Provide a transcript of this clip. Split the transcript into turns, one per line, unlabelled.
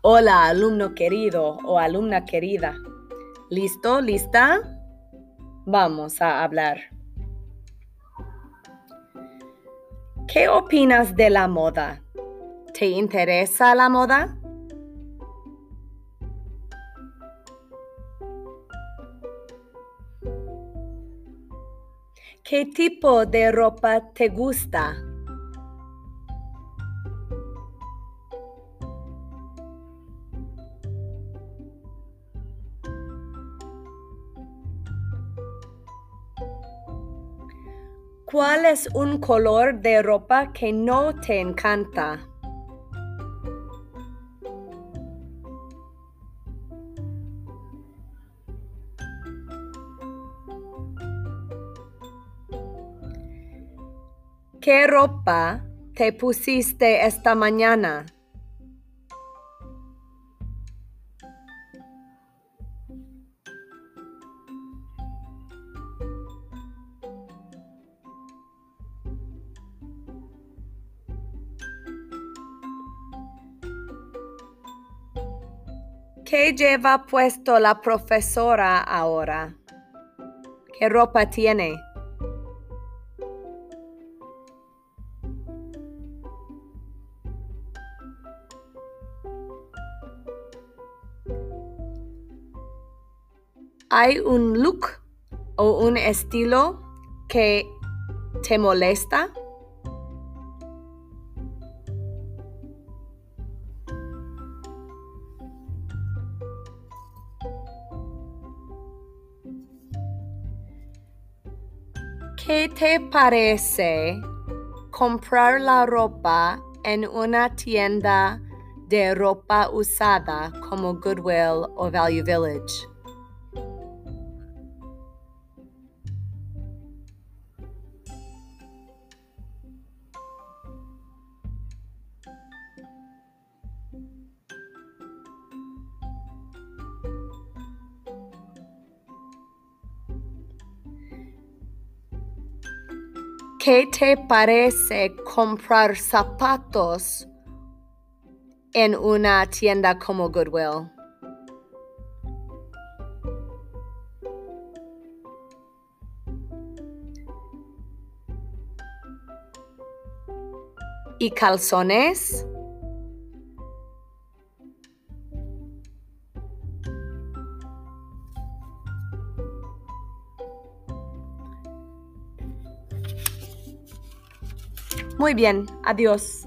Hola, alumno querido o alumna querida. ¿Listo? ¿Lista? Vamos a hablar. ¿Qué opinas de la moda? ¿Te interesa la moda? ¿Qué tipo de ropa te gusta? ¿Cuál es un color de ropa que no te encanta? ¿Qué ropa te pusiste esta mañana? ¿Qué lleva puesto la profesora ahora? ¿Qué ropa tiene? ¿Hay un look o un estilo que te molesta? ¿Qué te parece comprar la ropa en una tienda de ropa usada como Goodwill o Value Village? ¿Qué te parece comprar zapatos en una tienda como Goodwill? ¿Y calzones? Muy bien, adiós.